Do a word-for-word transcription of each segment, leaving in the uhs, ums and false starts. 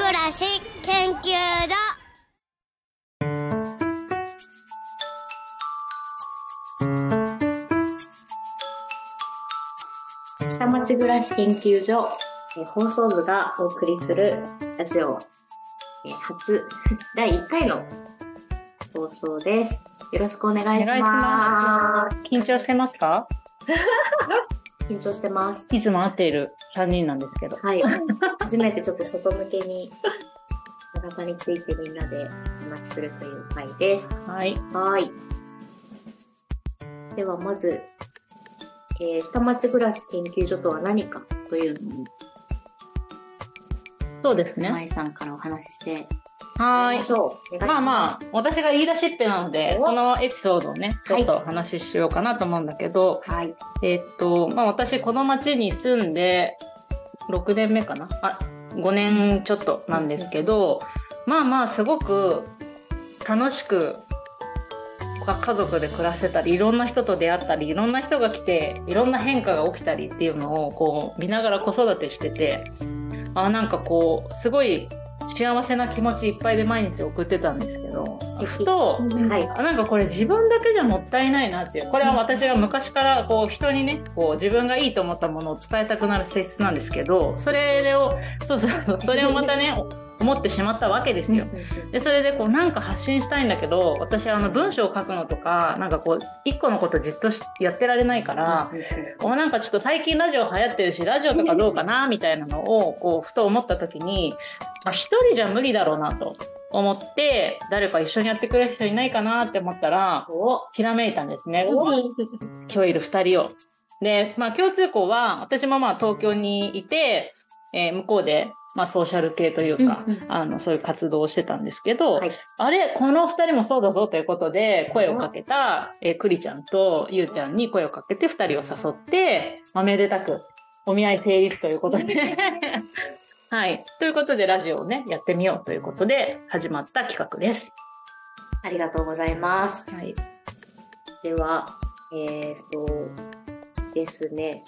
暮らし研究所。 下町暮らし研究所放送部がお送りするラジオ初だいいっかいの放送です。よろしくお願いします。 緊張してますか？ 緊張してます。 いつも会っているさんにんなんですけど、 はい、初めてちょっと外向けに長さについてみんなでお話しするという回です。 はい。 はい。ではまず、えー、下町暮らし研究所とは何かというのを、 そうですね。 舞さんからお話ししてはい。まあまあ、私が言い出しっぺなので、そのエピソードをね、ちょっとお話ししようかなと思うんだけど、はい。えー、っと、まあ私、この町に住んで、ろくねんめかなあ、ごねんちょっとなんですけど、まあまあ、すごく楽しく、家族で暮らせたり、いろんな人と出会ったり、いろんな人が来て、いろんな変化が起きたりっていうのを、こう、見ながら子育てしてて、あ、なんかこう、すごい、幸せな気持ちいっぱいで毎日送ってたんですけど、ふと、はい、なんかこれ自分だけじゃもったいないなっていう、これは私が昔からこう人にね、こう自分がいいと思ったものを伝えたくなる性質なんですけど、それを、そうそうそう、それをまたね、思ってしまったわけですよ。で、それでこうなんか発信したいんだけど、私あの文章を書くのとか、なんかこう一個のことじっとやってられないから、おなんかちょっと最近ラジオ流行ってるし、ラジオとかどうかなみたいなのをこうふと思った時に、まあ、一人じゃ無理だろうなと思って、誰か一緒にやってくれる人いないかなって思ったら、ひらめいたんですね。今日いる二人を。で、まあ共通項は、私もまあ東京にいて、えー、向こうで、まあソーシャル系というか、うんうん、あの、そういう活動をしてたんですけど、はい、あれ、この二人もそうだぞということで、声をかけた、えー、クリちゃんとゆうちゃんに声をかけて二人を誘って、まあめでたく、お見合い成立ということで、はい。ということで、ラジオをね、やってみようということで、始まった企画です。 ありがとうございます。 はい。 では、えっと、ですね。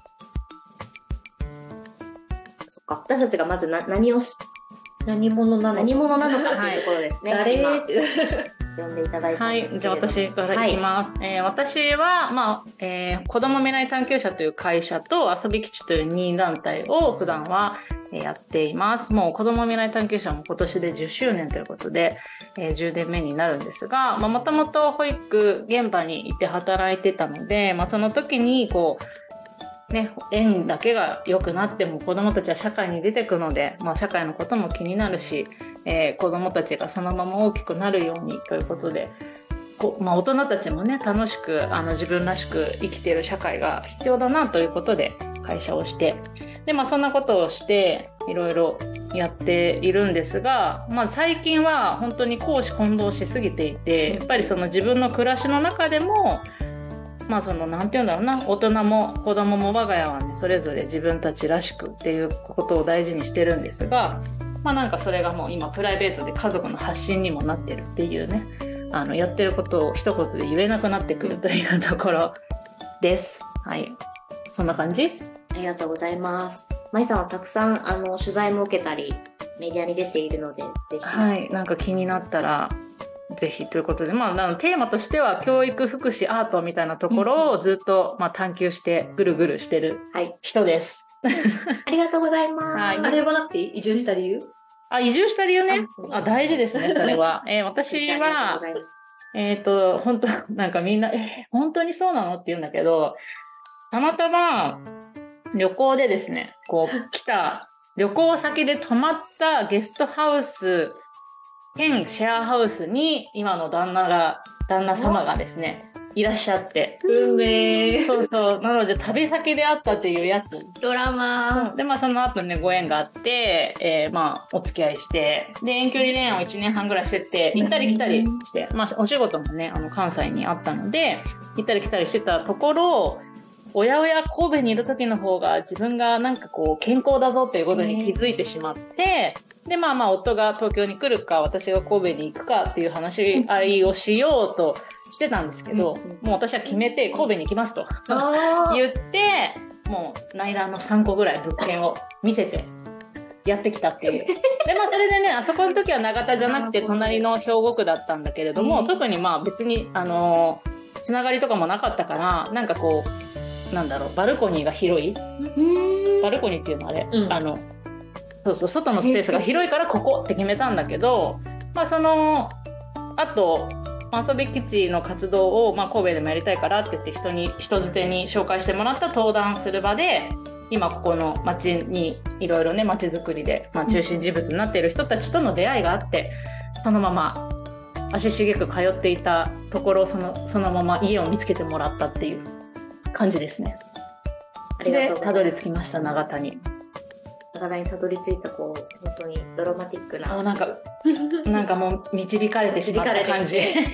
そっか。私たちがまずな何をし、 何者なのか。 何者なのかというところですね。 誰呼んでいただいたんですけれども。はい。 じゃあ私からいきます。はい、えー、私は、まあ、えー、子ども未来探求者という会社と遊び基地という任意団体を普段はやっています。もう子ども未来探求者も今年でじゅっしゅうねんということで、えー、じゅうねんめになるんですが、まあ、もともと保育現場にいて働いてたので、まあ、その時にこう、ね、園だけが良くなっても子どもたちは社会に出てくので、まあ、社会のことも気になるし、えー、子どもたちがそのまま大きくなるようにということで、こまあ、大人たちもね、楽しくあの自分らしく生きている社会が必要だなということで会社をして、で、まあ、そんなことをしていろいろやっているんですが、まあ、最近は本当に公私混同しすぎていて、やっぱりその自分の暮らしの中でも、まあそのなんていうんだろうな、大人も子供も我が家はね、それぞれ自分たちらしくっていうことを大事にしてるんですが、まあなんかそれがもう今プライベートで家族の発信にもなってるっていうね、あのやってることを一言で言えなくなってくるというところです。はい。そんな感じ？ ありがとうございます。まいさんはたくさんあの取材も受けたりメディアに出ているので、ぜひ。 はい。なんか気になったら、ぜひということで、まあ、テーマとしては教育、福祉、アートみたいなところをずっと、まあ、探求してぐるぐるしてる人です。 はい、ありがとうございます。はい、 あれはなくて移住した理由？ あ、移住した理由ね。あ、大事ですね、それは。えー、私は、えっと、本当なんかみんな、えー、本当にそうなのって言うんだけど、たまたま旅行でですね、こう来た、旅行先で泊まったゲストハウス、兼シェアハウスに今の旦那が、旦那様がですね、いらっしゃって。 運命。 そうそう。なので旅先で会ったっていうやつ。 ドラマ。 で、まあその後ね、ご縁があって、えー、まあお付き合いして、で、遠距離恋愛をいちねんはんぐらいしてて、行ったり来たりして、まあお仕事もね、あの関西にあったので、行ったり来たりしてたところ、おやおや神戸にいる時の方が自分がなんかこう健康だぞっていうことに気づいてしまって、で、まあまあ夫が東京に来るか、私が神戸に行くかっていう話し合いをしようとしてたんですけど、もう私は決めて神戸に行きますと言って、もう内覧のさんこぐらい物件を見せて、 やってきたっていう。で、まあそれでね、あそこの時は長田じゃなくて隣の兵庫区だったんだけれども、特にまあ別に、あのー、つながりとかもなかったから、なんかこう、なんだろう、バルコニーが広い。バルコニーっていうのはあれ、うん、あの、そうそう、外のスペースが広いからここって決めたんだけど、まあその、あと、遊び基地の活動を、まあ、神戸でもやりたいからって言って人に人づてに紹介してもらった登壇する場で今ここの町にいろいろね町づくりで、まあ、中心人物になっている人たちとの出会いがあってそのまま足しげく通っていたところそのそのまま家を見つけてもらったっていう感じですね。 ありがとうございます。 でたどり着きました長田に。 長田にたどり着いたこう本当にドラマティックなあなんかなんかもう導かれてしまった感じっていう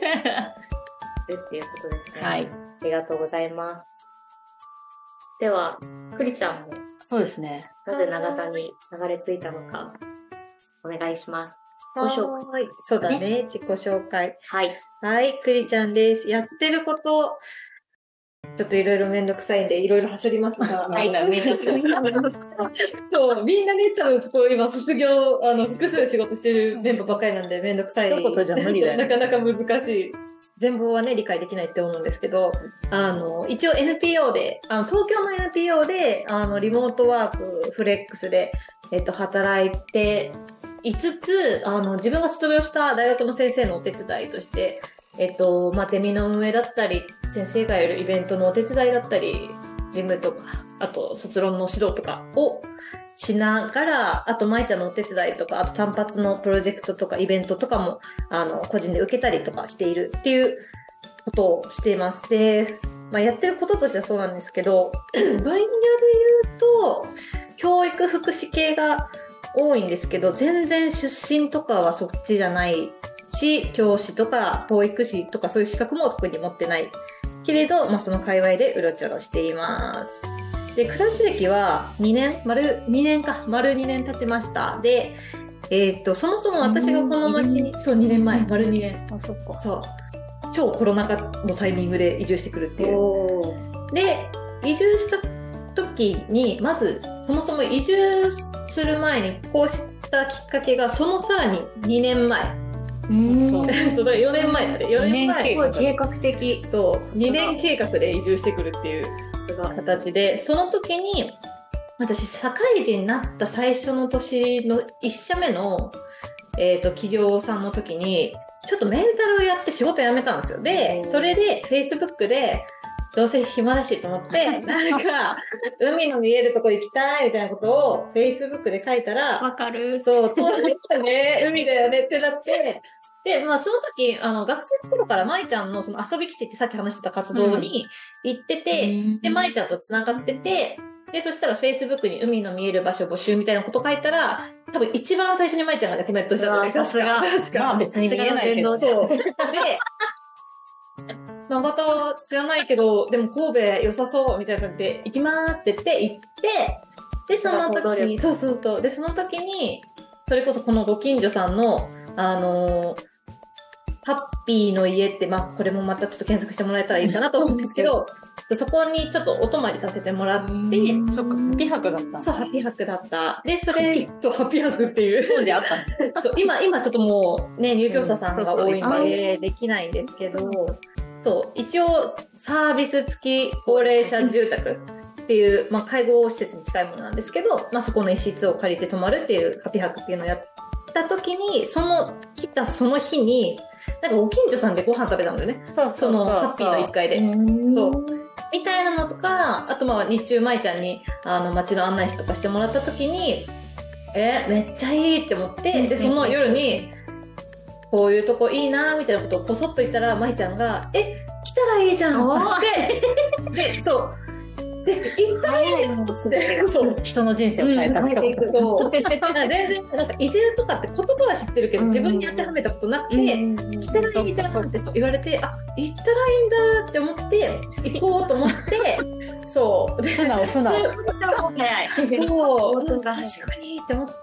ことですね。 はい、 ありがとうございます。ではクリちゃんもそうですね。 なぜ長田に流れ着いたのかお願いします。ご紹介。 はい、そうだね、ね自己紹介。 はいはいクリちゃんです。やってることちょっといろいろめんどくさいんで、いろいろはしょりますが。 はい、めんどくさい。 そう、みんなね、多分こう今、副業、あの、複数仕事してる全部ばっかりなんで、めんどくさい。 一言じゃ無理だよ、ね。 なかなか難しい。全貌はね、理解できないって思うんですけど、あの、一応 エヌピーオー で、あの、東京の エヌピーオー で、あの、リモートワーク、フレックスで、えっと、働いていつつ、あの、自分が卒業した大学の先生のお手伝いとして、えっと、まあ、ゼミの運営だったり、先生がやるイベントのお手伝いだったり、事務とか、あと卒論の指導とかをしながら、あと舞ちゃんのお手伝いとか、あと単発のプロジェクトとかイベントとかも、あの、個人で受けたりとかしているっていうことをしています。で、まあ、やってることとしてはそうなんですけど、分野で言うと、教育福祉系が多いんですけど、全然出身とかはそっちじゃないし、教師とか保育士とかそういう資格も特に持ってないけれど、まあ、その界隈でうろちょろしています。で、暮らし歴はにねん、丸にねんか、丸にねん経ちました。で、えっと、そもそも私がこの町に、そうにねんまえ、丸にねん。 あ、そっか。 そう。超コロナ禍のタイミングで移住してくるっていう。で、移住した時に、まず、そもそも移住する前にこうしたきっかけが、そのさらににねんまえ。 うんそうそうだよねんまえだね。よねんまえ。 すごい計画的。 そう。にねん計画で移住してくるっていう形で、その時に、私、社会人になった最初の年のいっ社目の、えっと、企業さんの時に、ちょっとメンタルをやって仕事辞めたんですよ。で、それで Facebook で、どうせ暇だしと思って、なんか、海の見えるとこ行きたいみたいなことを Facebook で書いたら、 わかる。 そう、通ったね、海だよねってなって、で、まあその時、あの、学生の頃から舞ちゃんのその遊び基地ってさっき話してた活動に行ってて、うん、で、舞ちゃんと繋がってて、で、そしたら Facebook に海の見える場所募集みたいなこと書いたら、多分一番最初に舞ちゃんが、ね、コメントしたので、 さすが。 確か。 まあ別に見えないけど。 そう。で、長田知らないけど、でも神戸良さそうみたいな感じで、行きますって言って行って、で、その時に、そうそうそう。で、その時に、それこそこのご近所さんの、あのー、ハッピーの家って、まあ、これもまたちょっと検索してもらえたらいいかなと思うんですけど、そこにちょっとお泊まりさせてもらって、 そっか、ハッピー泊だった。 そう、ハッピー泊だった。で、それ、そう、ハッピー泊っていう。 当時あったのそう、今、今ちょっともう、ね、入居者さんが多いので、できないんですけど、そう、一応、サービス付き高齢者住宅っていう、まあ、介護施設に近いものなんですけど、まあ、そこの一室を借りて泊まるっていう、ハッピー泊っていうのをやった時に、その、来たその日に、なんかご近所さんでご飯食べたんだよね。 そうそうそうそう。 その、ハッピーのいっかいで。そう。みたいなのとか、あとまあ日中舞ちゃんにあの街の案内とかしてもらった時に、え、めっちゃいいって思って、で、その夜に、こういうとこいいなみたいなことをポソッと言ったら、舞ちゃんが、え、来たらいいじゃんってで、で、そう。で、行ったらいいじゃんって、そう。 人の人生を変えた人。 そう。全然、なんか移住とかって言葉は知ってるけど、自分に当てはめたことなくて、来たらいいじゃんってそう言われて、あ、行ったらいいんだって思って、行こうと思って、そう。 素直、素直。 そう。 そう。確かにって思って、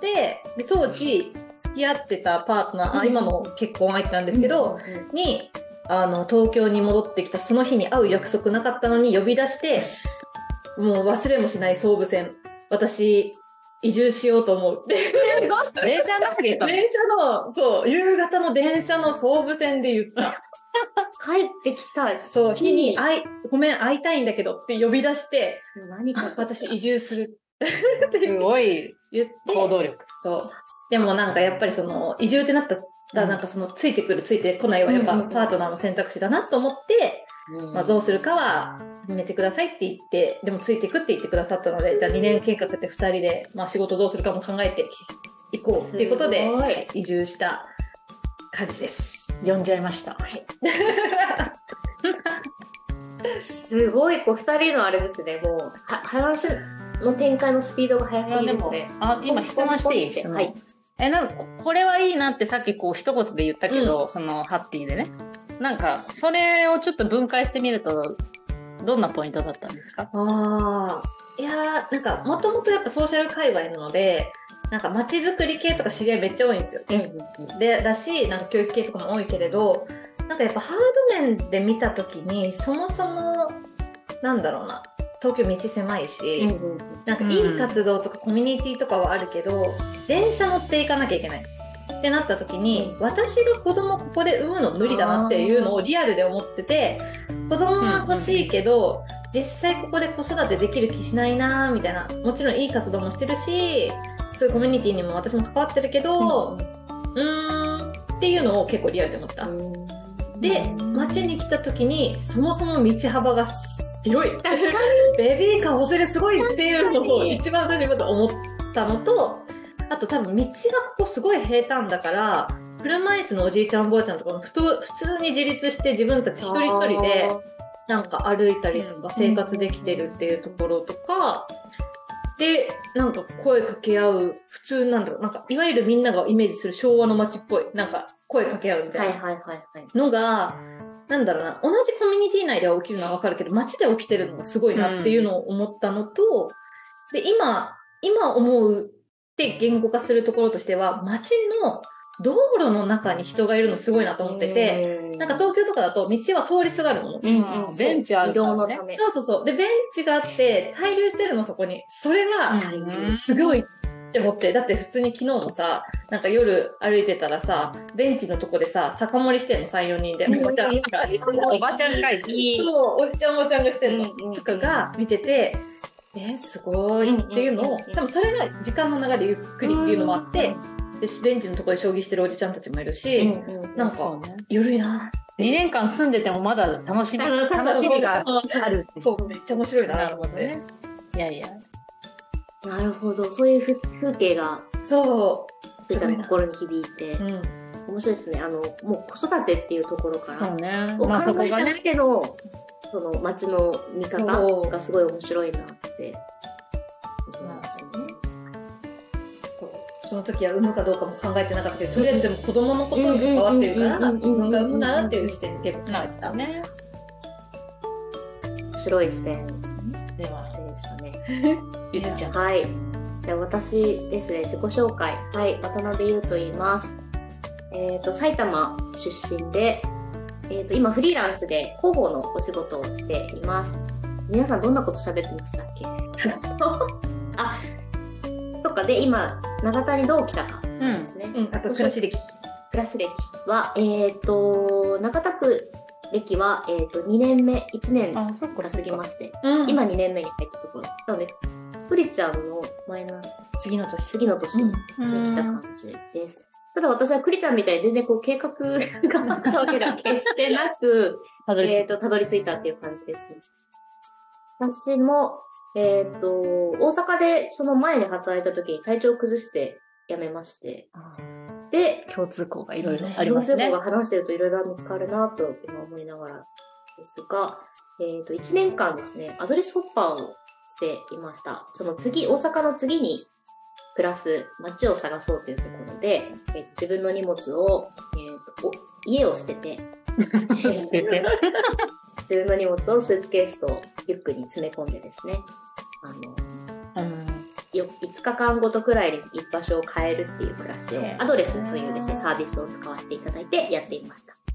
で、当時、付き合ってたパートナー、あ、今の結婚相手なんですけど、に、あの、東京に戻ってきたその日に会う約束なかったのに呼び出して、もう忘れもしない総武線。私、 移住しようと思うって。 電車なくて言ったの？ 電車の、そう、夕方の電車の総武線で言った。 帰ってきたい。 そう、日に会い、ごめん、会いたいんだけどって呼び出して、 何か私移住する。 すごい言って。 行動力。 そう。でもなんかやっぱりその、移住ってなったら、なんかその、ついてくるついてこないはやっぱパートナーの選択肢だなと思って、まあ、どうするかは決めてくださいって言って、でもついていくって言ってくださったので、じゃあにねん計画ってふたりで、まあ仕事どうするかも考えていこうっていうことで、はい、移住した感じです。 呼んじゃいました。 はい。 すごい、こうふたりのあれですね、もう、は話の展開のスピードが速すぎですね。 あ、今質問していい？はい。え、なんか、これはいいなってさっきこう一言で言ったけど、うん、そのハッピーでね。なんか、それをちょっと分解してみると、どんなポイントだったんですか？ ああ、いやー、なんか、もともとやっぱソーシャル界隈なので、なんか街づくり系とか知り合いめっちゃ多いんですよ。うん、で、だし、なんか教育系とかも多いけれど、なんかやっぱハード面で見たときに、そもそも、なんだろうな、東京道狭いし、うん、なんかいい活動とかコミュニティとかはあるけど、電車乗っていかなきゃいけない。ってなった時に、私が子供ここで産むの無理だなっていうのをリアルで思ってて、子供は欲しいけど、実際ここで子育てできる気しないなみたいな。もちろんいい活動もしてるし、そういうコミュニティにも私も関わってるけど、うーんっていうのを結構リアルで思った。で、街に来た時に、そもそも道幅が広い。ベビーカー押せるすごいっていうのを一番最初に思ったのと、あと多分道がここすごい平坦だから、車椅子のおじいちゃんおばあちゃんとかもふと普通に自立して自分たち一人一人でなんか歩いたりとか生活できてるっていうところとか、で、なんか声かけ合う、普通なんだろう、なんかいわゆるみんながイメージする昭和の街っぽい、なんか声かけ合うみたいなのが、なんだろうな、同じコミュニティ内では起きるのはわかるけど、街で起きてるのがすごいなっていうのを思ったのと、で、今、今思うって言語化するところとしては、街の道路の中に人がいるのすごいなと思ってて、なんか東京とかだと道は通りすがるもの。 うんうん、ベンチある、 移動のため。 そうそうそう。で、ベンチがあって、滞留してるのそこに。それが、すごいって思って。だって普通に昨日もさ、なんか夜歩いてたらさ、ベンチのとこでさ、酒盛りしてんのさん、よにんで。おばちゃんが。 おばちゃんがいい。 そう、おじちゃんおばちゃんがしてんの。とかが見てて、えー、すごいっていうのを、多分それが時間の流れでゆっくりっていうのもあって、でベンチのところで将棋してるおじちゃんたちもいるし、うんうん、なんか、ね、ゆるいな。 にねんかん住んでてもまだ楽しみ、楽しみがあるって。 そう、めっちゃ面白いなと思って。ね、 いやいや。 なるほど、そういう風景が、 そう、 ふーちゃんの心に響いて、うん、面白いですね。あの、もう子育てっていうところから、 そうね。 まあ、考えただけの、その街の見方がすごい面白いなって。 その時は産むかどうかも考えてなかったけど、とりあえずでも子供のことに関わってるから、自分が産むならっていう視点で結構考えてたね。 面白い視点ではでしたね。 ゆずちゃん。 はい。じゃあ私ですね、自己紹介。はい、渡辺優と言います。えっと、埼玉出身で、えっと、今フリーランスで広報のお仕事をしています。皆さんどんなこと喋ってましたっけ？あ、そっか。で、今、長田にどう来たかですね。 うんうん、あと、暮らし歴。 暮らし歴は、えっと、長田区歴は、えっと、にねんめ、いちねんが過ぎまして、うん、今にねんめに入ったところ。なので、クリちゃんの前の次の年、次の年に来た感じです。ただ私はクリちゃんみたいに全然こう計画があったわけでは決してなく、えっと、たどり着いたっていう感じですね。私も、えっと、大阪でその前に働いた時に体調を崩して辞めまして。で、 共通項がいろいろありますね。 共通項が話してるといろいろ見つかるなと今思いながらですが、えっと、いちねんかんですね、アドレスホッパーをしていました。その次、大阪の次に暮らす街を探そうというところで、えー、自分の荷物を、えーと、家を捨てて、 捨てて自分の荷物をスーツケースとリュックに詰め込んでですね、あの、うん、いつかかんごとくらいに場所を変えるっていう暮らしを、アドレスというですね、サービスを使わせていただいてやっていました。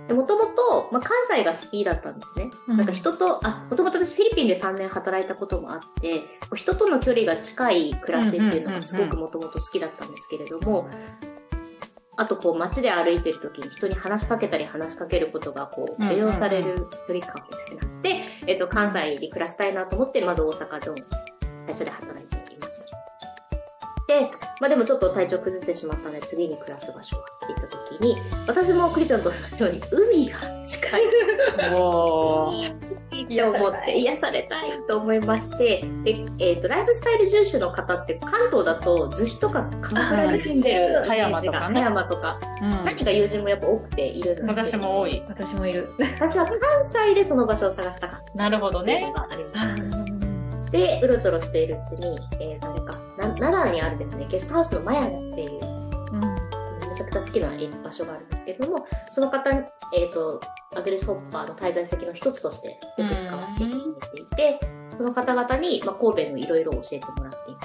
もともと関西が好きだったんですね。 うん、 なんか人と、あ、もともと私フィリピンでさんねん働いたこともあって、人との距離が近い暮らしっていうのがすごくもともと好きだったんですけれども、あとこう街で歩いてる時に人に話しかけたり話しかけることがこう許容される距離感みたいになって、えっと、関西に暮らしたいなと思って、まず大阪の会社で働いていました。で、まあでもちょっと体調崩してしまったので、次に暮らす場所はって言った時に、私もクリちゃんと同じように海が近い。 おいいと思って癒されたいと思いまして、で、えっと、ライフスタイル重視の方って関東だと逗子とか鎌倉に住んでる葉山とかね。 葉山とか、うん、何か友人もやっぱ多くているんですけど。 私も多い。 私もいる。 私は関西でその場所を探したかった。 なるほどね。 で、うろちょろしているうちに、えー、誰か、な、奈良にあるですね、ゲストハウスのマヤネっていう、うん、めちゃくちゃ好きな場所があるんですけれども、その方に、えっと、アグレスホッパーの滞在先の一つとしてよく使わせていただいていて、その方々に、まあ、神戸のいろいろ教えてもらっています。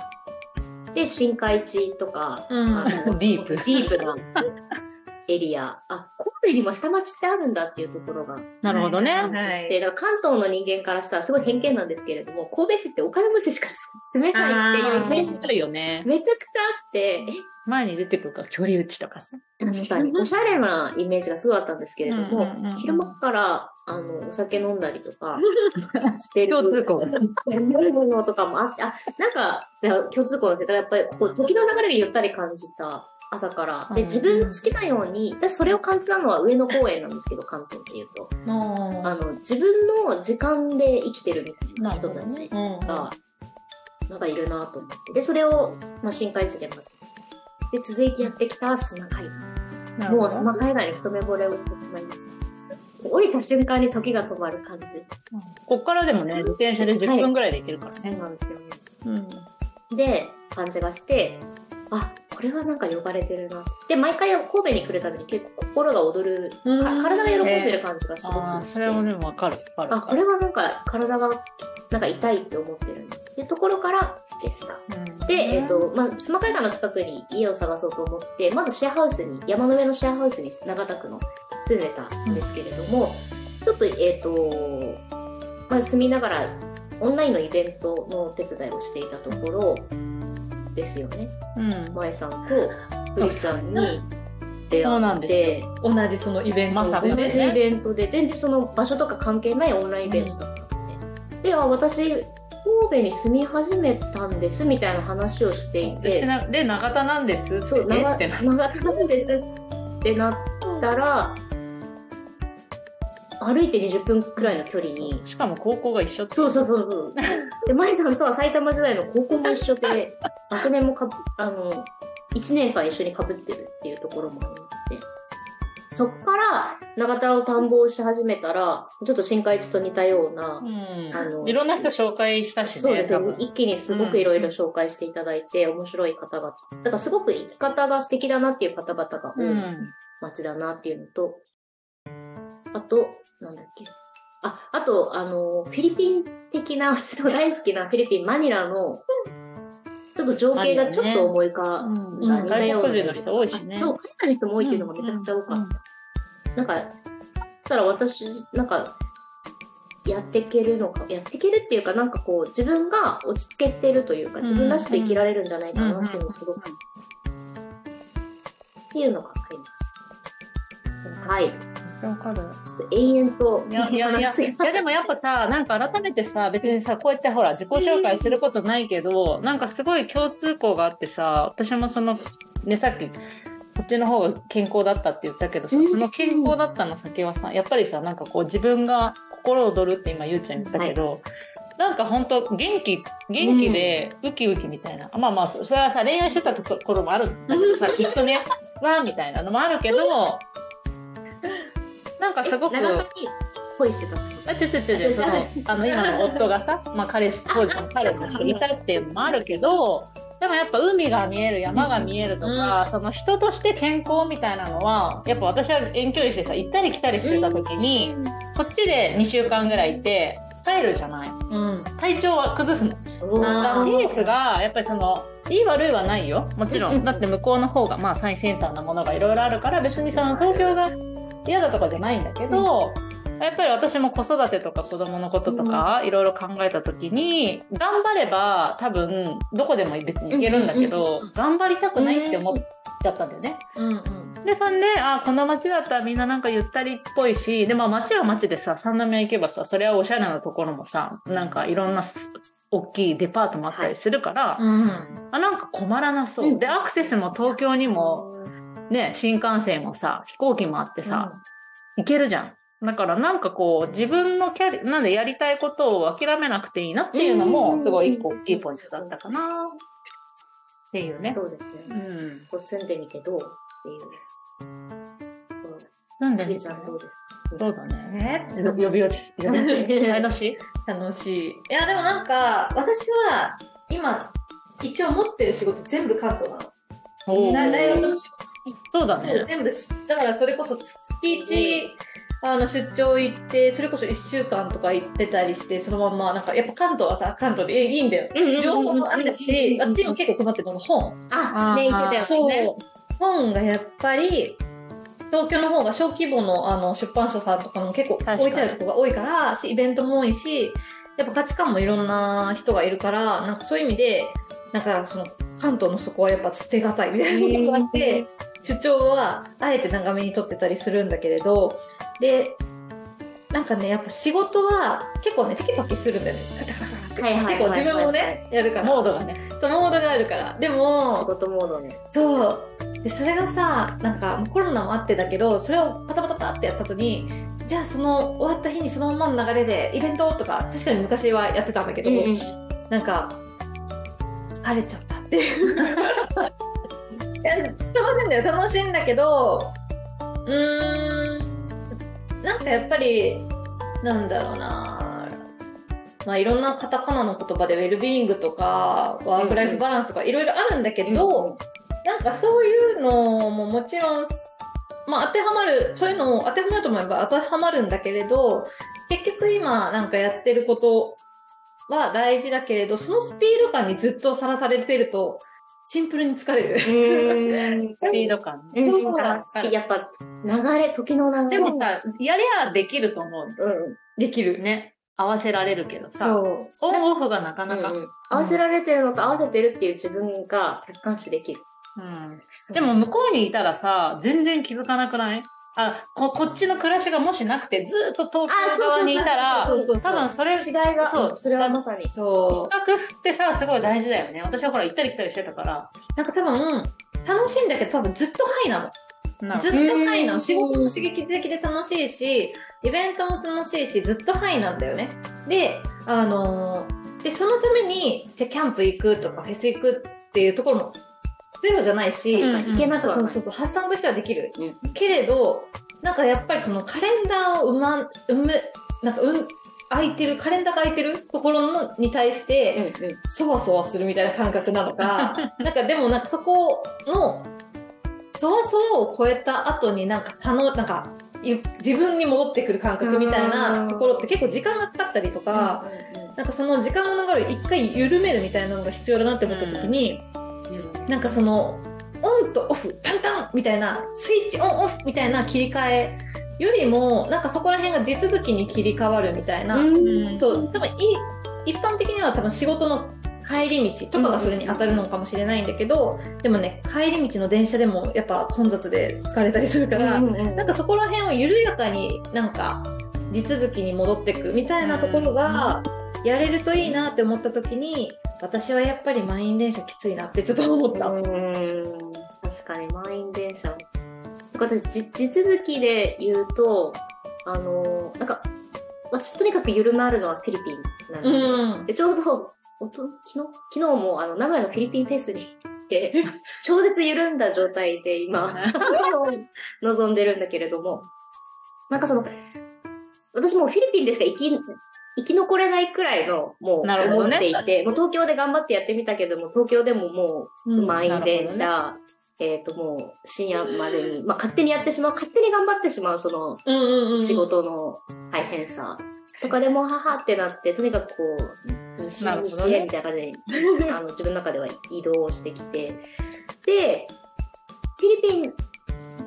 で、新海地とか、 うん、あのディープ。 ディープなエリア、あ、神戸にも下町ってあるんだっていうところが。 なるほどね。 はい、だから関東の人間からしたらすごい偏見なんですけれども、神戸市ってお金持ちしか住めないっていうイメージあるよね。 めちゃくちゃあって、 前に出てくるから距離打ちとかさ。 確かに、おしゃれなイメージがすごいあったんですけれども、うんうんうんうん、昼間からあのお酒飲んだりとかしてる。 共通項。 ものとかもあって、あ、なんか、共通項の世界やっぱりこう時の流れでゆったり感じた。朝から。で、自分の好きなように、私それを感じたのは上野公園なんですけど、関東っていうと。あの、自分の時間で生きてるみたいな人たちが、なんかいるなと思って。で、それを、まあ、新海地でます。で、続いてやってきたスマ海岸。もうスマ海岸に一目惚れをしてしまいます。降りた瞬間に時が止まる感じ。 うん、こっからでもね、自転車でじゅっぷんぐらいで行けるからね。 はい、そうなんですよね。うん、で、感じがして、あ、これはなんか呼ばれてるな。で、毎回神戸に来るたびに結構心が躍る、体が喜んでる感じがすごくして。 あ、それもでもわかる。 わかる。あ、これはなんか体がなんか痛いって思ってるっていうところからでした。で、えっと、まあ、須磨海岸の近くに家を探そうと思って、まずシェアハウスに、山の上のシェアハウスに長田区の住んでたんですけれども、うん、ちょっと、えっと、まあ、住みながらオンラインのイベントのお手伝いをしていたところ、ですよね。うん。舞さんとクリちゃんに出会って、 同じそのイベント、 まさかね、 同じイベントで、全然その場所とか関係ないオンラインイベントだったので、で、あ、私、神戸に住み始めたんですみたいな話をしていて、 で、永田なんですって、 そう、永田なんですってなったら、歩いてにじゅっぷんくらいの距離に。 しかも高校が一緒って。 そうそうそうそう。で、舞さんとは埼玉時代の高校も一緒で、学年もかぶ、あの、いちねんかん一緒に被ってるっていうところもありまして。そっから、永田を探訪し始めたら、ちょっと新海地と似たような、 うん、あの、いろんな人紹介したしね。 そうですね。一気にすごくいろいろ紹介していただいて、うん、面白い方々。だからすごく生き方が素敵だなっていう方々が多い街だなっていうのと、あと、なんだっけ。あ、あと、あの、フィリピン的な、私の大好きなフィリピン、マニラの、ちょっと情景がちょっと思い浮かんだ、似たような。 外国人の人多いしね。 そう、海外の人も多いっていうのがめちゃくちゃ多かった。うんうん、なんか、そしたら私、なんか、やっていけるのか、やっていけるっていうか、なんかこう、自分が落ち着けてるというか、自分らしく生きられるんじゃないかなっていうのがすごく、っていうのがあります。はい。 わかる。ちょっと永遠といやいやいやいやでもやっぱさ、なんか改めてさ、別にさ、こうやってほら自己紹介することないけど、なんかすごい共通項があってさ、私もそのね、さっきこっちの方が健康だったって言ったけどさ、その健康だったの先はさ、やっぱりさ、なんかこう自分が心躍るって今ゆうちゃん言ったけど、はい、なんかほんと元気元気でウキウキみたいな、うん、まあまあそれはさ恋愛してたところもあるんだけどさ、きっとねわーみたいなのもあるけど、なんかすごく恋してた。 あ、ちょちょちょちょ、その、あの、今の夫がさ、まあ彼氏、当時の彼の人いたっていうのもあるけど、でもやっぱ海が見える、山が見えるとか、うん、その人として健康みたいなのは、やっぱ私は遠距離してさ、行ったり来たりしてた時に、うん、こっちでにしゅうかんぐらいいて、帰るじゃない。うん、体調は崩すの。だからペースが、やっぱりその、いい悪いはないよ。もちろん。だって向こうの方が、まあ最先端なものがいろいろあるから、別にその東京が、 嫌だとかじゃないんだけど、うん、やっぱり私も子育てとか子供のこととかいろいろ考えた時に、頑張れば多分どこでも別に行けるんだけど、うん、頑張りたくないって思っちゃったんだよね。うんうん、でそんで、あこの街だったらみんななんかゆったりっぽいし、でも街は街でさ、三宮行けばさ、それはおしゃれなところもさ、なんかいろんな大きいデパートもあったりするから、はい、うん、あなんか困らなそう、うん、でアクセスも東京にもね、新幹線もさ、飛行機もあってさ、うん、行けるじゃん。だからなんかこう自分のキャリなんでやりたいことを諦めなくていいなっていうのもすごい一個大きいポイントだったかなっていうね。 そうですね。うん。こう住んでみてどうっていう。 住んでみてどうですか。そうだね。呼び落ち。楽しい？ 楽しい。いやでもなんか私は今一応持ってる仕事全部関東なの。大学の仕事。 そうだね。 そう全部だからそれこそ月一あの出張行ってそれこそいっしゅうかんとか行ってたりしてそのまんまなんかやっぱ関東はさ関東でいいんだよ。情報もあったし、私も結構困ってるのが本。 あ、ね言ってたよね。 そう本がやっぱり東京の方が小規模のあの出版社さんとかも結構置いてあるところが多いからしイベントも多いしやっぱ価値観もいろんな人がいるからなんかそういう意味でなんかその関東のそこはやっぱ捨てがたいみたいなことがあって出張はあえて長めに取ってたりするんだけれどでなんかねやっぱ仕事は結構ねテキパキするんだよね。 はいはいはいはい、 結構自分もねやるからモードがねそうモードがあるからでも仕事モードねそうでそれがさなんかコロナもあってだけどそれをパタパタパってやった後にじゃあその終わった日にそのままの流れでイベントとか確かに昔はやってたんだけど、うん、なんか疲れちゃったっていういや楽しいんだよ楽しいんだけどうーんなんかやっぱりなんだろうなまあいろんなカタカナの言葉でウェルビーイングとかワークライフバランスとかいろいろあるんだけど、うん、なんかそういうのももちろんまあ当てはまるそういうのを当てはまると思えば当てはまるんだけれど結局今なんかやってることは大事だけれどそのスピード感にずっとさらされてるとシンプルに疲れる。 スピード感。 うん、やっぱ流れ時の流れ。 でもさやりゃできると思う。うん、 できるね。合わせられるけどさ、そうオンオフがなかなか、うん、 合わせられてるのと合わせてるっていう自分が客観視できる。 うん、でも向こうにいたらさ全然気づかなくない？あ こ, こっちの暮らしがもしなくてずっと東京側にいたら多分それ違いがそうそれはまさにそう比較ってさすごい大事だよね。私はほら行ったり来たりしてたからなんか多分楽しいんだけど多分ずっとハイなのずっとハイなの仕事も刺激的で楽しいしイベントも楽しいしずっとハイなんだよね。であのー、でそのためにじゃキャンプ行くとかフェス行くっていうところもゼロじゃないし、うんうん、なんかそうそうそう発散としてはできる、うん、けれどなんかやっぱりそのカレンダーを生ま生むなんかうん空いてるカレンダーが空いてるところのに対してうん、うん、そわそわするみたいな感覚なのかなんかでもなんかそこのそわそわを超えた後になんかたのなんか自分に戻ってくる感覚みたいなところって結構時間がかかったりとか、うんうんうん、なんかその時間の流れを一回緩めるみたいなのが必要だなって思った時に、うん、なんかそのオンとオフタンタンみたいなスイッチオンオフみたいな切り替えよりもなんかそこら辺が地続きに切り替わるみたいな、うん、そう多分い一般的には多分仕事の帰り道とかがそれに当たるのかもしれないんだけど、うん、でもね帰り道の電車でもやっぱ混雑で疲れたりするから、うんうん、なんかそこら辺を緩やかになんか地続きに戻っていくみたいなところがやれるといいなって思った時に私はやっぱり満員電車きついなってちょっと思った。うん確かに満員電車私地続きで言うとあのなんか私とにかく緩まるのはフィリピンなんですよ、うん、でちょうど昨日昨日もあの名古屋のフィリピンフェスに行って超絶緩んだ状態で今臨んでるんだけれどもなんかその私もうフィリピンでしか生き生き残れないくらいのもう思っていて、ね、もう東京で頑張ってやってみたけども東京でももう満員電車、うんね、えっ、ー、ともう深夜までに、まあ、勝手にやってしまう勝手に頑張ってしまうその仕事の大変さとかでも母ってなってとにかくこう西へ西へみたいな感じで、あの自分の中では移動してきてでフィリピン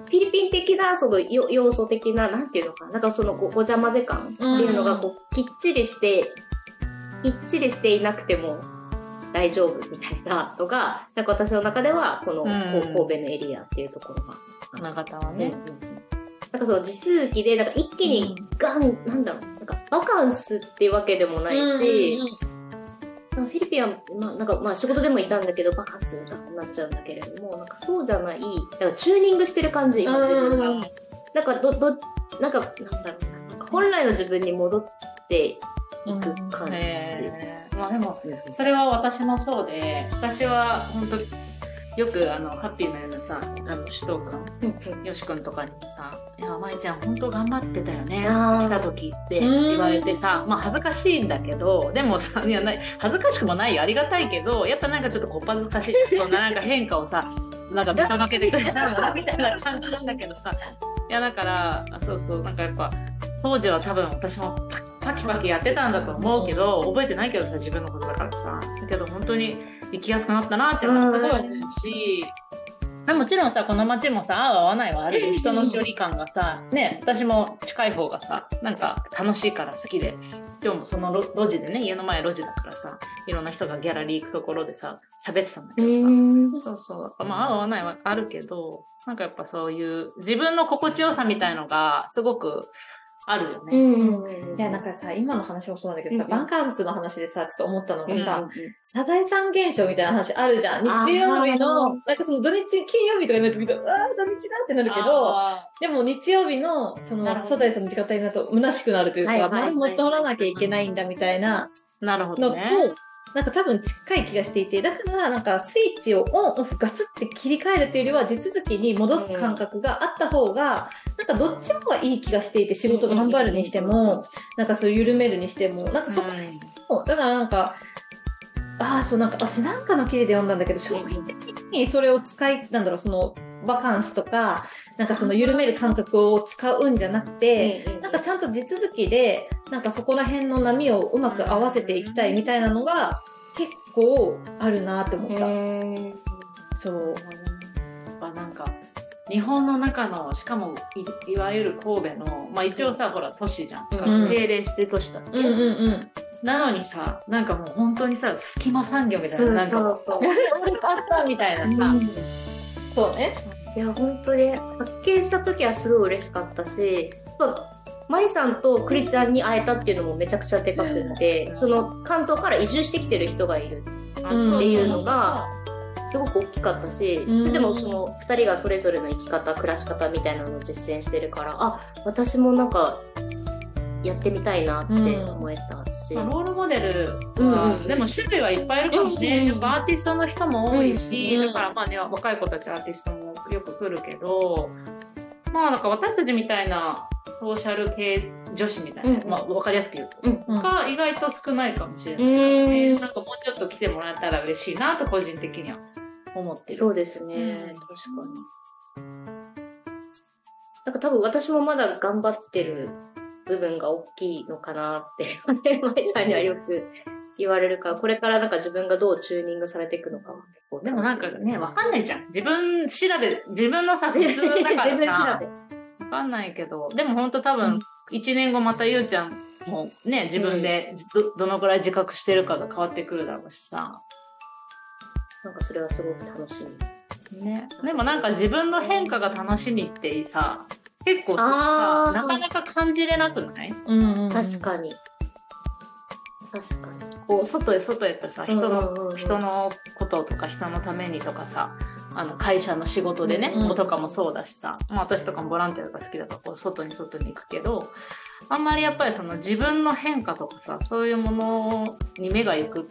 ィリピン的なその要素的な、なんていうのかな、なんかそのごごちゃ混ぜ感っていうのがこうきっちりして、きっちりしていなくても大丈夫みたいなのが、なんか私の中ではこの神戸のエリアっていうところが。 長田はね。 うんうん、なんかその地続きで、なんか一気にガン、うん、なんだろう、なんかバカンスっていうわけでもないし、うんうんうん、なんかフィリピンは、まあ、なんかまあ仕事でもいたんだけど、バカンスになっちゃうんだけれども、なんかそうじゃない、なんかチューニングしてる感じ、今自分が。うん、なんかど、ど、なんか、なんだろう、なんか本来の自分に戻っていく感じ。 うん、まあでも、それは私もそうで、私は本当に、よくあのハッピーなようなさ、あの首藤くん、よしくんとかにさ、いや、まいちゃん本当頑張ってたよね、来た時って言われてさ、まあ恥ずかしいんだけど、でもさ、いやない恥ずかしくもないよ、ありがたいけど、やっぱなんかちょっとこっぱずかしい、そんななんか変化をさ、なんか見届けてくれたのみたいな感じなんだけどさ、いやだから、そうそう、なんかやっぱ、当時は多分私もパキパキやってたんだと思うけど、覚えてないけどさ、自分のことだからさ、だけど本当に生きやすくなったなっていうのはすごい思うし、もちろんさ、この街もさ、合う合わないはあるよ。人の距離感がさ、ね、私も近い方がさ、なんか楽しいから好きで、今日もその路地でね、家の前路地だからさ、いろんな人がギャラリー行くところでさ、喋ってたんだけどさ、そうそう、まあ合う合わないはあるけど、なんかやっぱそういう自分の心地よさみたいのがすごくあるよね。 うん、いや、なんかさ、今の話もそうなんだけどさ、うん、バンカーブスの話でさ、ちょっと思ったのがさ、うん、サザエさん現象みたいな話あるじゃん。日曜日の、なんかその土日、金曜日とかになってみると、うわー、土日だってなるけど、でも日曜日の、その、サザエさんの時間帯になると虚しくなるというか、前も取らなきゃいけないんだみたいなのと、なんか多分近い気がしていて、だからなんかスイッチをオンオフガツって切り替えるっていうよりは地続きに戻す感覚があった方が、なんかどっちもがいい気がしていて、仕事頑張るにしても、なんかそう緩めるにしても、なんかそこも、だからなんか、ああ、そうなんか、私なんかの記事で読んだんだけど、将来的にそれを使い、なんだろう、その、バカンスとか、なんかその緩める感覚を使うんじゃなくて、なんかちゃんと地続きで、なんかそこら辺の波をうまく合わせていきたいみたいなのが結構あるなって思った。そう。 なんか、日本の中の、しかも い, いわゆる神戸の、まあ一応さ、ほら、都市じゃん。うん、定例して都市だって。うんうんうんなのにさ、なんかもう本当にさ、隙間産業みたいな。なんかそうそうそう。あったみたいなさ。うん、 そうね。 いや、本当に、発見した時はすごい嬉しかったし、マイさんとクリちゃんに会えたっていうのもめちゃくちゃでかくって、その関東から移住してきてる人がいるっていうのが、すごく大きかったし、それでもそのふたりがそれぞれの生き方、暮らし方みたいなのを実践してるから、あ、私もなんか、やってみたいなって思えたし、 うん、ロールモデルは、うんうん、でも種類はいっぱいいるかもね、うんうん、やっぱアーティストの人も多いし、うんうん、だからまあね若い子たちアーティストもよく来るけど、まあなんか私たちみたいなソーシャル系女子みたいな、うん、まあ分かりやすく言うと、うんうん、が意外と少ないかもしれないからね、うん、なんかもうちょっと来てもらえたら嬉しいなと個人的には思ってる。 そうですね、うん、確かに。なんか多分私もまだ頑張ってる部分が大きいのかなってマイさんにはよく言われるから、これからなんか自分がどうチューニングされていくのかは結構。 でもなんかね、わかんないじゃん。自分調べ、自分のさ、普通だからさ、わかんないけど、でもほんと多分、いちねんごまたゆうちゃんもね、自分で ど, どのくらい自覚してるかが変わってくるだろうしさ。 なんかそれはすごく楽しみ。 ね。でもなんか自分の変化が楽しみってさ、結構さ、なかなか感じれなくない？ うんうん、確かに。確かに。 こう、外へ外へってさ、人の、うんうんうん、人のこととか人のためにとかさ、あの、会社の仕事でね、うんうん、とかもそうだしさ、まあ私とかもボランティアとか好きだから、こう、外に外に行くけど、あんまりやっぱりその自分の変化とかさ、そういうものに目が行くって、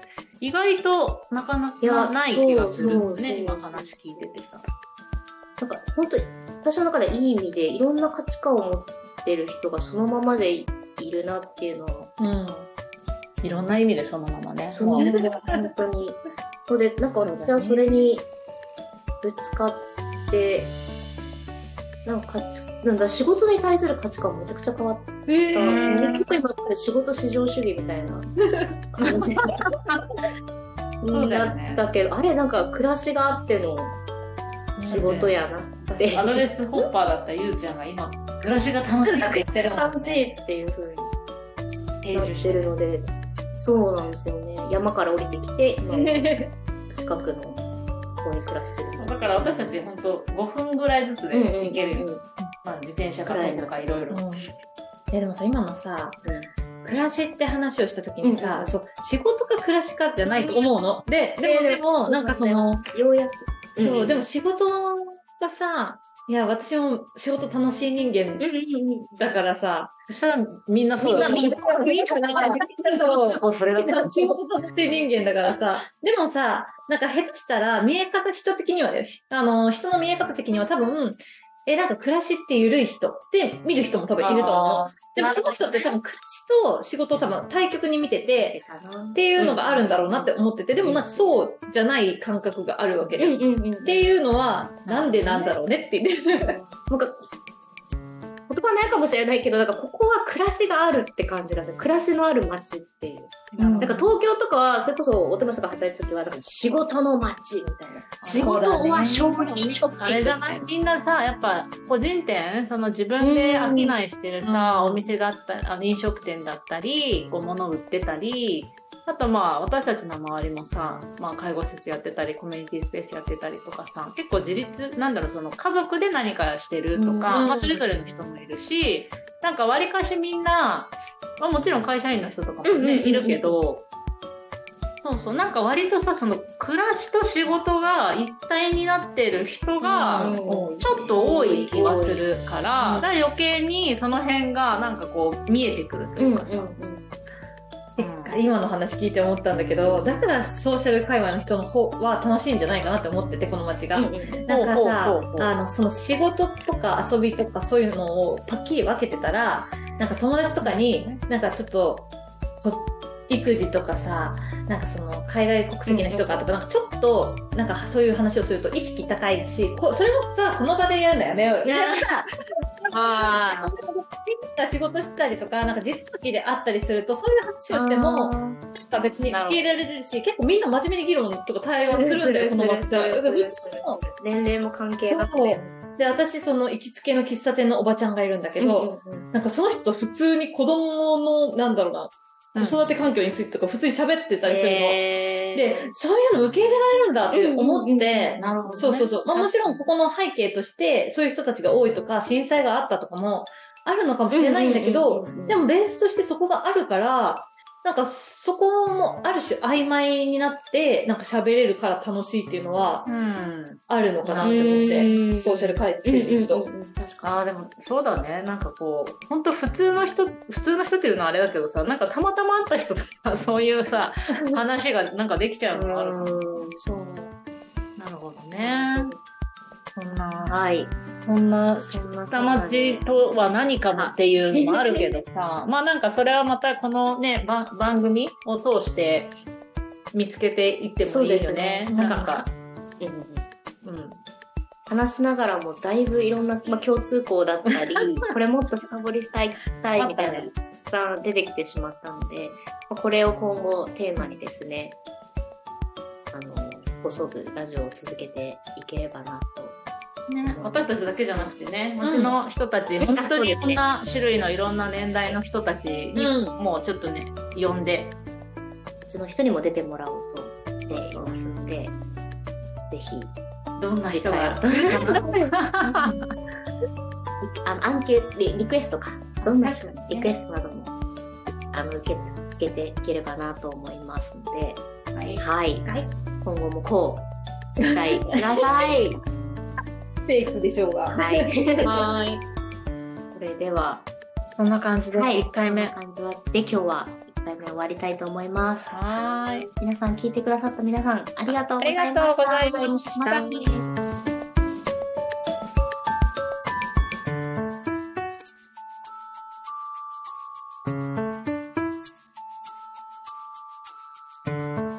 意外となかなかない気がするんね、今話聞いててさ。 なんか、本当に、私の中でいい意味でいろんな価値観を持ってる人がそのままでいるなっていうのは、 うん、いろんな意味でそのままね。 その本当に。それなんか私はそれにぶつかって、なんか価値なんだ仕事に対する価値観めちゃくちゃ変わった。えー、結構今って仕事至上主義みたいな感じになったけど、ね、あれなんか暮らしがあっての仕事やなって。 アドレスホッパーだったゆうちゃんが今、暮らしが楽しいって言ってるもんね。 楽しいっていう風になってるので、そうなんですよね。山から降りてきて、近くのここに暮らしてる。 だから私たち本当ごふんぐらいずつで行けるよ、うんうんうん、まあ、自転車からとかいろいろ。 えでもさ、今のさ、うん、暮らしって話をした時にさ、うん、そう仕事か暮らしかじゃないと思うの。で、でもでも、なんかその、 ようやく。 そう、うん、でも仕事がさ、いや、私も仕事楽しい人間だからさ、 そしたらみんなそうだね。 みんな、みんな、そう、それだけ仕事楽しい人間だからさ、でもさ、なんか下手したら見え方、人的にはね、あの、人の見え方的には多分、え、なんか暮らしって緩い人って見る人も多分いると思う。でもその人って多分暮らしと仕事を多分対極に見てて、っていうのがあるんだろうなって思ってて、でもなんかそうじゃない感覚があるわけで。っていうのは、なんでなんだろうねって言って。 なんか言葉ないかもしれないけど、なんかここは暮らしがあるって感じがする。暮らしのある街っていう。うん、なんか東京とかは、それこそお手間とか働いた時は、なんか仕事の街みたいな。仕事は商売飲食店。 あれじゃない？みんなさ、やっぱ個人店、その自分で商いしてるさ、お店だったり、あの飲食店だったり、こう物売ってたり、あとまあ私たちの周りもさ、まあ介護施設やってたり、コミュニティスペースやってたりとかさ、結構自立、なんだろう、その家族で何かしてるとか、まあそれぞれの人もいるし、なんか割かしみんな、まあもちろん会社員の人とかもね、いるけど、そうそう、なんか割とさ、その暮らしと仕事が一体になってる人がちょっと多い気がするから、だから余計にその辺がなんかこう見えてくるというかさ、うんうんうん、 今の話聞いて思ったんだけど、だからソーシャル界隈の人の方は楽しいんじゃないかなって思ってて、この街が。うんうん、なんかさ、あの、その仕事とか遊びとかそういうのをパッキリ分けてたら、なんか友達とかに、なんかちょっと、育児とかさ、なんかその海外国籍の人かとか、なんかちょっと、なんかそういう話をすると意識高いし、こそれもさ、この場でやるのやめようよ。いやさ、ああ、仕事してたりとか、なんか実時であったりすると、そういう話をしても、なんか別に受け入れられるし、結構みんな真面目に議論とか対話するんだよ、この街で。 年齢も関係なくて。 で、私、その行きつけの喫茶店のおばちゃんがいるんだけど、うんうんうん、なんかその人と普通に子供の、なんだろうな、子育て環境についてとか普通に喋ってたりするの。で、そういうの受け入れられるんだって思って、うんうんうん、なるほどね、そうそうそう。まあもちろんここの背景として、そういう人たちが多いとか、震災があったとかもあるのかもしれないんだけど、でもベースとしてそこがあるから、なんかそこもある種曖昧になって、なんか喋れるから楽しいっていうのは、あるのかなって思って、うん、ソーシャル書いてると。 確かあ、でもそうだね。なんかこう、本当普通の人、普通の人っていうのはあれだけどさ、なんかたまたま会った人とか、そういうさ、話がなんかできちゃうのがあるから。そう。なるほどね。そんな、 はい。 そんな、下町とは何かっていうのもあるけどさ、まあなんかそれはまたこのね、番組を通して見つけていってもいいよね。 なんか、うん。うん。話しながらもだいぶいろんな、まあ、共通項だったり、これもっと深掘りしたい、したいみたいなのがたくさん出てきてしまったので、これを今後テーマにですね、あの、放送部ラジオを続けていければなと。 ね、私たちだけじゃなくてね、街の人たち、うん、本当にいろんな種類のいろんな年代の人たちに、うん、もうちょっとね、呼んで、 うちの人にも出てもらおうとしていますので、ぜひ、 どんな人があのアンケートリ、リクエストか、どんな人、リクエストなどもあの受け付けていければなと思いますので、はい、はいはい、今後もこう、ご期待ください。 フェイクでしょうが。 はい。はい。これでは、 そんな感じで、はい、いっかいめ。 こんな感じで、今日はいっかいめ終わりたいと思います。 はい。 皆さん聞いてくださった皆さん、ありがとうございました。ありがとうございました。またね。you